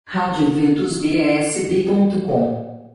radioventusbsb.com.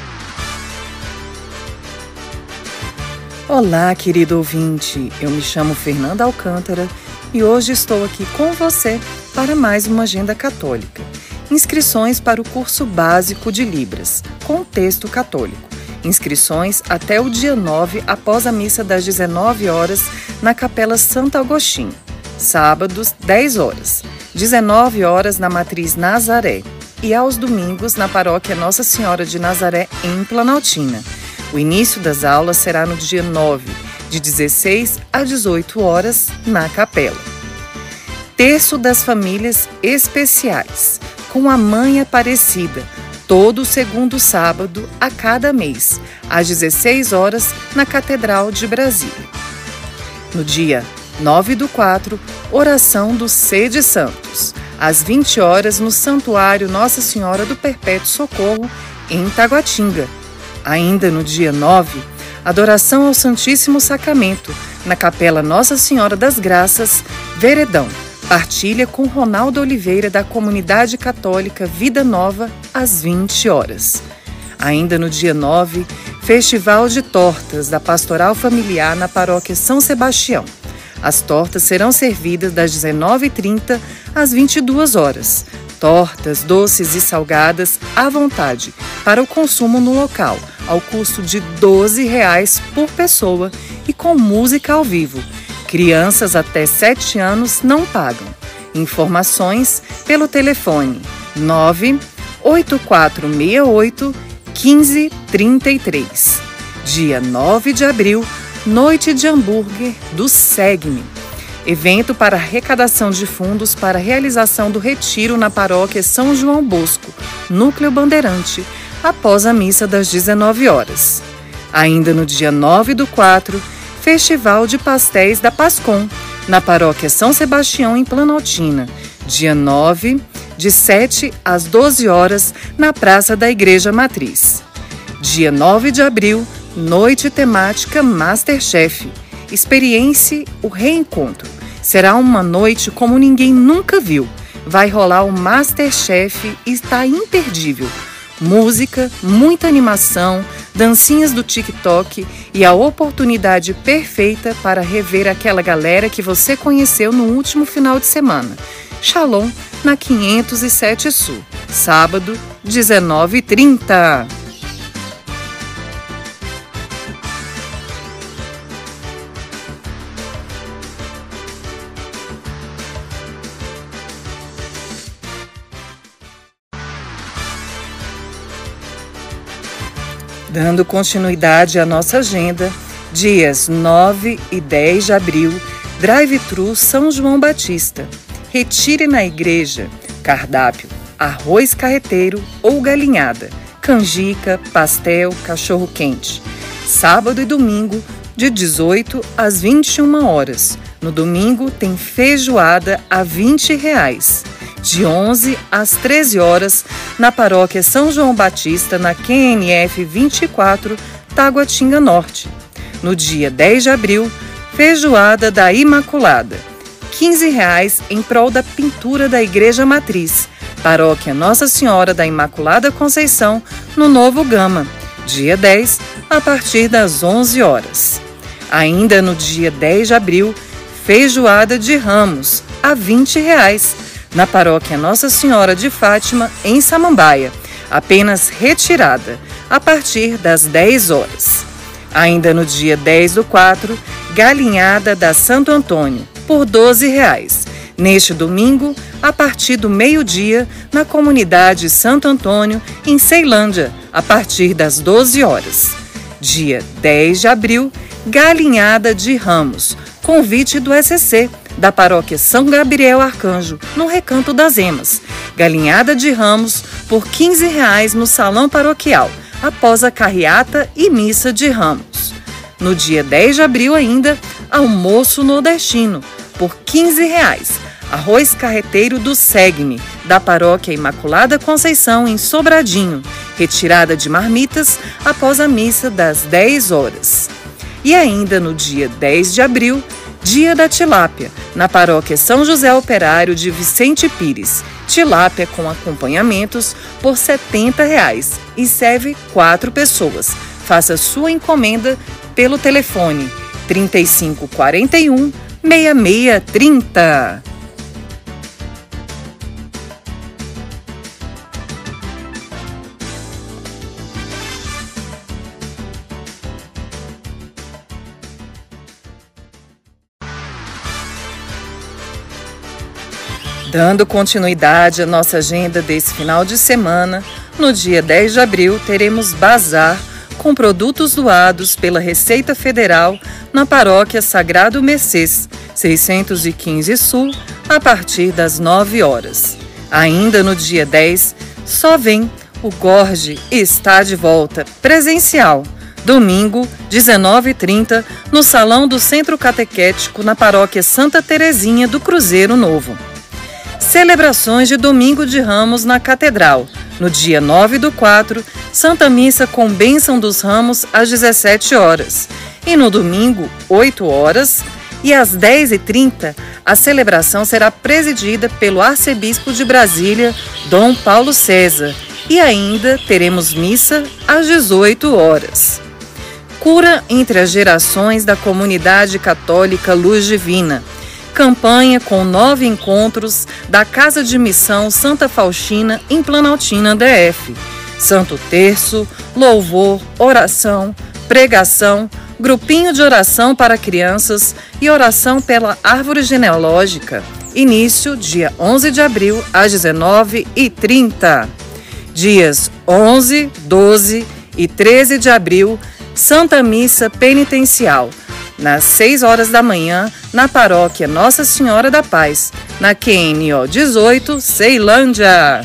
Olá, querido ouvinte, eu me chamo Fernanda Alcântara e hoje estou aqui com você para mais uma Agenda Católica. Inscrições para o curso básico de Libras, Contexto Católico. Inscrições até o dia 9, após a missa das 19 horas, na Capela Santo Agostinho. Sábados, 10 horas. 19 horas na Matriz Nazaré. E aos domingos, na Paróquia Nossa Senhora de Nazaré, em Planaltina. O início das aulas será no dia 9, de 16 a 18 horas, na capela. Terço das Famílias Especiais, com a Mãe Aparecida, todo segundo sábado a cada mês, às 16 horas, na Catedral de Brasília. No dia 9/4, oração do Sede Santos, às 20 horas, no Santuário Nossa Senhora do Perpétuo Socorro, em Taguatinga. Ainda no dia 9, adoração ao Santíssimo Sacramento, na Capela Nossa Senhora das Graças, Veredão. Partilha com Ronaldo Oliveira, da Comunidade Católica Vida Nova, às 20 horas. Ainda no dia 9, Festival de Tortas da Pastoral Familiar na Paróquia São Sebastião. As tortas serão servidas das 19h30 às 22 horas. Tortas, doces e salgadas à vontade, para o consumo no local, ao custo de R$ 12 por pessoa e com música ao vivo. Crianças até 7 anos não pagam. Informações pelo telefone 98468 1533. Dia 9 de abril, Noite de Hambúrguer do SEGME. Evento para arrecadação de fundos para a realização do retiro na Paróquia São João Bosco, Núcleo Bandeirante, após a missa das 19 horas. Ainda no dia 9/4, Festival de Pastéis da Pascom, na Paróquia São Sebastião, em Planaltina. Dia 9, de 7 às 12 horas, na Praça da Igreja Matriz. Dia 9 de abril, Noite temática Masterchef. Experiência o reencontro. Será uma noite como ninguém nunca viu. Vai rolar o Masterchef e está imperdível. Música, muita animação, dancinhas do TikTok e a oportunidade perfeita para rever aquela galera que você conheceu no último final de semana. Shalom, na 507 Sul. Sábado, 19h30. Dando continuidade à nossa agenda, dias 9 e 10 de abril, Drive-Thru São João Batista. Retire na igreja. Cardápio: arroz carreteiro ou galinhada, canjica, pastel, cachorro-quente. Sábado e domingo, de 18 às 21 horas. No domingo, tem feijoada a R$ 20. De 11 às 13 horas, na Paróquia São João Batista, na QNF 24, Taguatinga Norte. No dia 10 de abril, feijoada da Imaculada, R$ 15 em prol da pintura da Igreja Matriz, Paróquia Nossa Senhora da Imaculada Conceição, no Novo Gama. Dia 10, a partir das 11 horas. Ainda no dia 10 de abril, feijoada de Ramos, a R$ 20. Na Paróquia Nossa Senhora de Fátima, em Samambaia, apenas retirada, a partir das 10 horas. Ainda no dia 10/4, galinhada da Santo Antônio, por R$ 12. Neste domingo, a partir do meio-dia, na comunidade Santo Antônio, em Ceilândia, a partir das 12 horas. Dia 10 de abril, galinhada de Ramos, convite do SC, da Paróquia São Gabriel Arcanjo, no Recanto das Emas. Galinhada de Ramos por R$ 15 no Salão Paroquial, após a carreata e missa de Ramos. No dia 10 de abril ainda, almoço nordestino, por R$ 15. Arroz carreteiro do SEGME, da Paróquia Imaculada Conceição, em Sobradinho. Retirada de marmitas após a missa das 10 horas. E ainda no dia 10 de abril, Dia da Tilápia, na Paróquia São José Operário de Vicente Pires. tilápia com acompanhamentos por R$ 70 e serve 4 pessoas. Faça sua encomenda pelo telefone 3541 6630. Dando continuidade à nossa agenda desse final de semana, no dia 10 de abril teremos bazar com produtos doados pela Receita Federal na Paróquia Sagrado Mercês, 615 Sul, a partir das 9 horas. Ainda no dia 10, só vem o Gorge está de volta, presencial, domingo, 19h30, no Salão do Centro Catequético na Paróquia Santa Terezinha do Cruzeiro Novo. Celebrações de Domingo de Ramos na Catedral. No dia 9/4, Santa Missa com Bênção dos Ramos às 17 horas. E no domingo, 8 horas, e às 10h30, a celebração será presidida pelo arcebispo de Brasília, Dom Paulo César. E ainda teremos missa às 18 horas. Cura entre as gerações da comunidade católica Luz Divina. Campanha com 9 encontros da Casa de Missão Santa Faustina em Planaltina DF. Santo Terço, louvor, oração, pregação, grupinho de oração para crianças e oração pela árvore genealógica. Início dia 11 de abril às 19h30. Dias 11, 12 e 13 de abril, Santa Missa Penitencial. Nas 6 horas da manhã, na paróquia Nossa Senhora da Paz, na QNO 18, Ceilândia.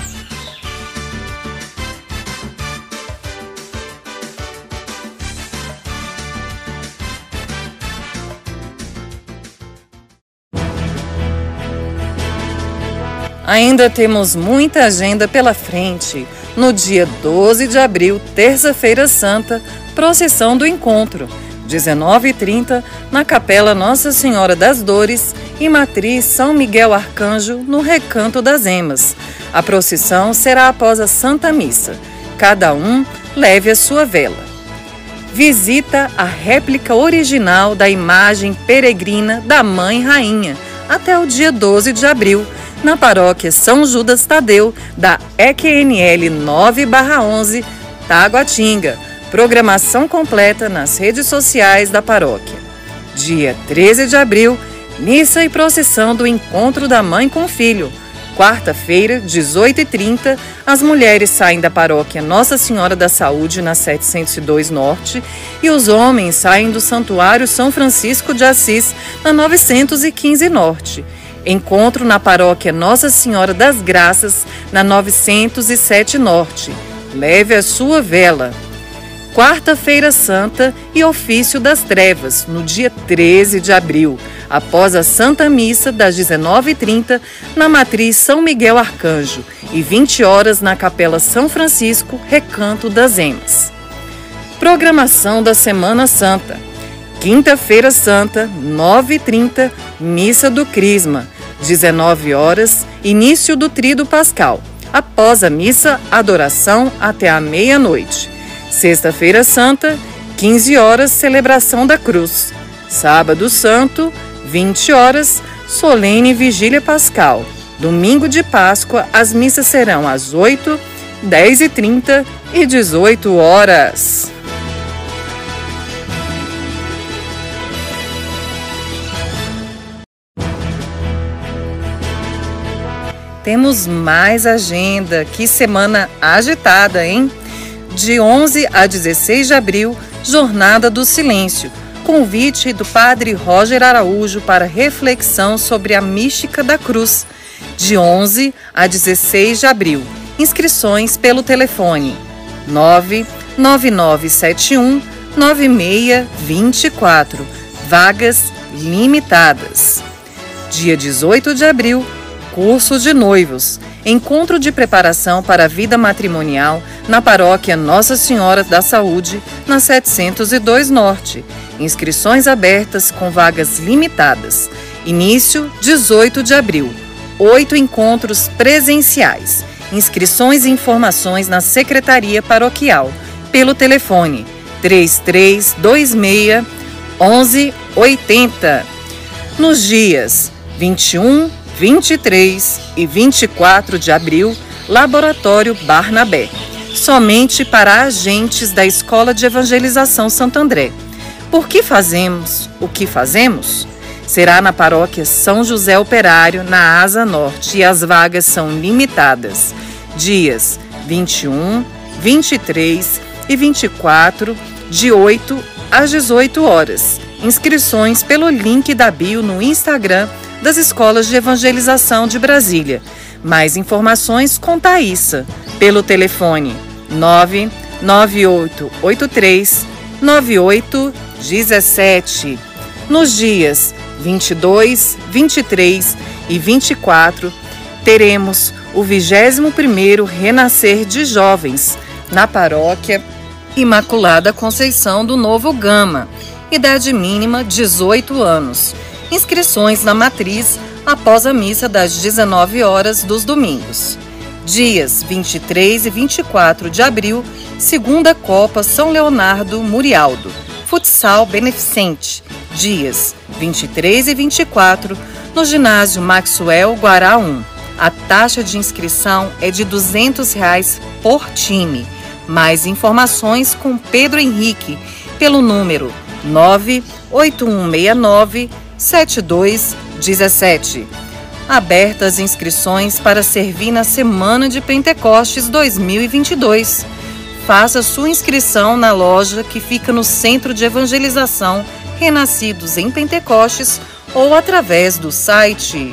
Ainda temos muita agenda pela frente. No dia 12 de abril, terça-feira santa, procissão do encontro. 19h30, na Capela Nossa Senhora das Dores e Matriz São Miguel Arcanjo, no Recanto das Emas. A procissão será após a Santa Missa. Cada um leve a sua vela. Visita a réplica original da imagem peregrina da Mãe Rainha, até o dia 12 de abril, na Paróquia São Judas Tadeu, da EQNL 9/11, Taguatinga. Programação completa nas redes sociais da paróquia. Dia 13 de abril, missa e procissão do Encontro da Mãe com Filho. Quarta-feira, 18h30, as mulheres saem da paróquia Nossa Senhora da Saúde, na 702 Norte, e os homens saem do Santuário São Francisco de Assis, na 915 Norte. Encontro na paróquia Nossa Senhora das Graças, na 907 Norte. Leve a sua vela. Quarta-feira Santa e Ofício das Trevas, no dia 13 de abril, após a Santa Missa, das 19h30, na Matriz São Miguel Arcanjo, e 20 horas na Capela São Francisco, Recanto das Emas. Programação da Semana Santa. Quinta-feira Santa, 9h30, Missa do Crisma. 19 horas, início do Tríduo Pascal. Após a missa, adoração até a meia-noite. Sexta-feira Santa, 15 horas, celebração da cruz. Sábado Santo, 20 horas, solene vigília pascal. Domingo de Páscoa, as missas serão às 8, 10h30 e 18 horas. Temos mais agenda. Que semana agitada, hein? De 11 a 16 de abril, Jornada do Silêncio. Convite do Padre Roger Araújo para reflexão sobre a mística da cruz. De 11 a 16 de abril. Inscrições pelo telefone 99971 9624. Vagas limitadas. Dia 18 de abril, Curso de Noivos. Encontro de preparação para a vida matrimonial na Paróquia Nossa Senhora da Saúde, na 702 Norte. Inscrições abertas com vagas limitadas. Início 18 de abril. 8 encontros presenciais. Inscrições e informações na Secretaria Paroquial, pelo telefone 3326 1180. Nos dias 21, 23 e 24 de abril, Laboratório Barnabé, somente para agentes da Escola de Evangelização Santo André. Por que fazemos o que fazemos? Será na paróquia São José Operário, na Asa Norte, e as vagas são limitadas. Dias 21, 23 e 24, de 8 às 18 horas. Inscrições pelo link da bio no Instagram das Escolas de Evangelização de Brasília. Mais informações com Thaísa, pelo telefone 99883 9817. Nos dias 22, 23 e 24, teremos o 21º Renascer de Jovens, na Paróquia Imaculada Conceição do Novo Gama. Idade mínima 18 anos. Inscrições na matriz após a missa das 19 horas dos domingos. Dias 23 e 24 de abril, segunda Copa São Leonardo Murialdo, futsal beneficente. Dias 23 e 24, no ginásio Maxwell Guará 1. A taxa de inscrição é de R$ 200 por time. Mais informações com Pedro Henrique, pelo número 98169 7217. Abertas inscrições para servir na Semana de Pentecostes 2022. Faça sua inscrição na loja que fica no Centro de Evangelização Renascidos em Pentecostes ou através do site.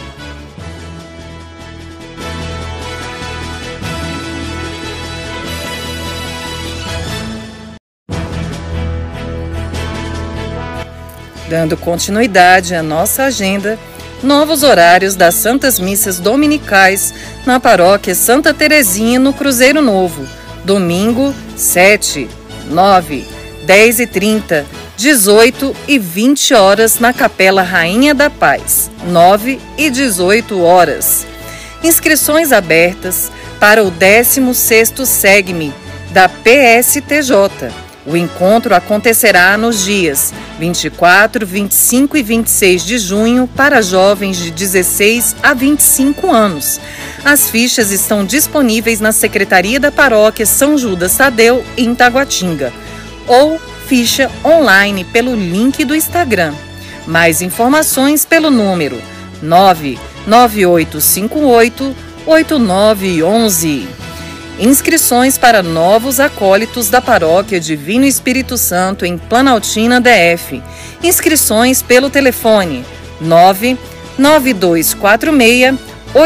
Dando continuidade à nossa agenda, novos horários das Santas Missas Dominicais na Paróquia Santa Terezinha, no Cruzeiro Novo. Domingo, 7, 9, 10 e 30, 18 e 20 horas na Capela Rainha da Paz, 9 e 18 horas. Inscrições abertas para o 16º SEGME da PSTJ. O encontro acontecerá nos dias 24, 25 e 26 de junho para jovens de 16 a 25 anos. As fichas estão disponíveis na Secretaria da Paróquia São Judas Tadeu, em Taguatinga, ou ficha online pelo link do Instagram. Mais informações pelo número 99858 8911. Inscrições para novos acólitos da Paróquia Divino Espírito Santo em Planaltina DF. Inscrições pelo telefone 99246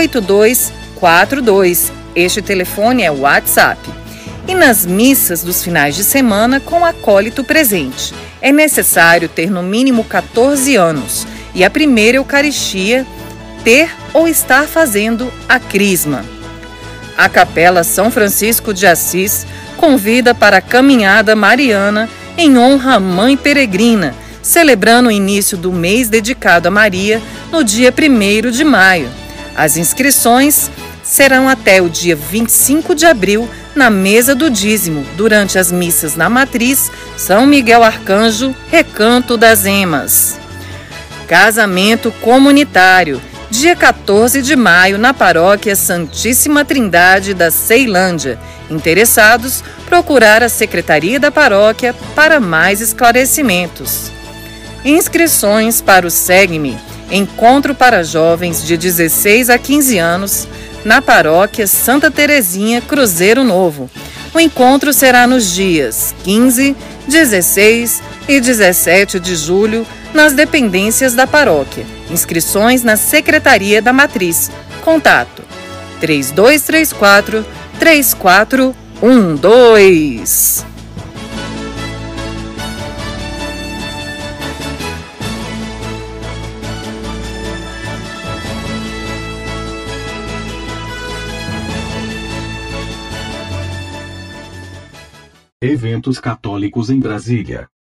8242. Este telefone é o WhatsApp. E nas missas dos finais de semana com acólito presente. É necessário ter no mínimo 14 anos e a primeira Eucaristia ter ou estar fazendo a crisma. A Capela São Francisco de Assis convida para a caminhada mariana em honra à Mãe Peregrina, celebrando o início do mês dedicado a Maria no dia 1º de maio. As inscrições serão até o dia 25 de abril na Mesa do Dízimo, durante as missas na Matriz São Miguel Arcanjo, Recanto das Emas. Casamento comunitário. Dia 14 de maio, na Paróquia Santíssima Trindade da Ceilândia. Interessados, procurar a Secretaria da Paróquia para mais esclarecimentos. Inscrições para o SEGME, Encontro para Jovens de 16 a 15 anos, na Paróquia Santa Terezinha, Cruzeiro Novo. O encontro será nos dias 15, 16 e 17 de julho, nas dependências da paróquia. Inscrições na Secretaria da Matriz. Contato 3234 3412. Eventos católicos em Brasília.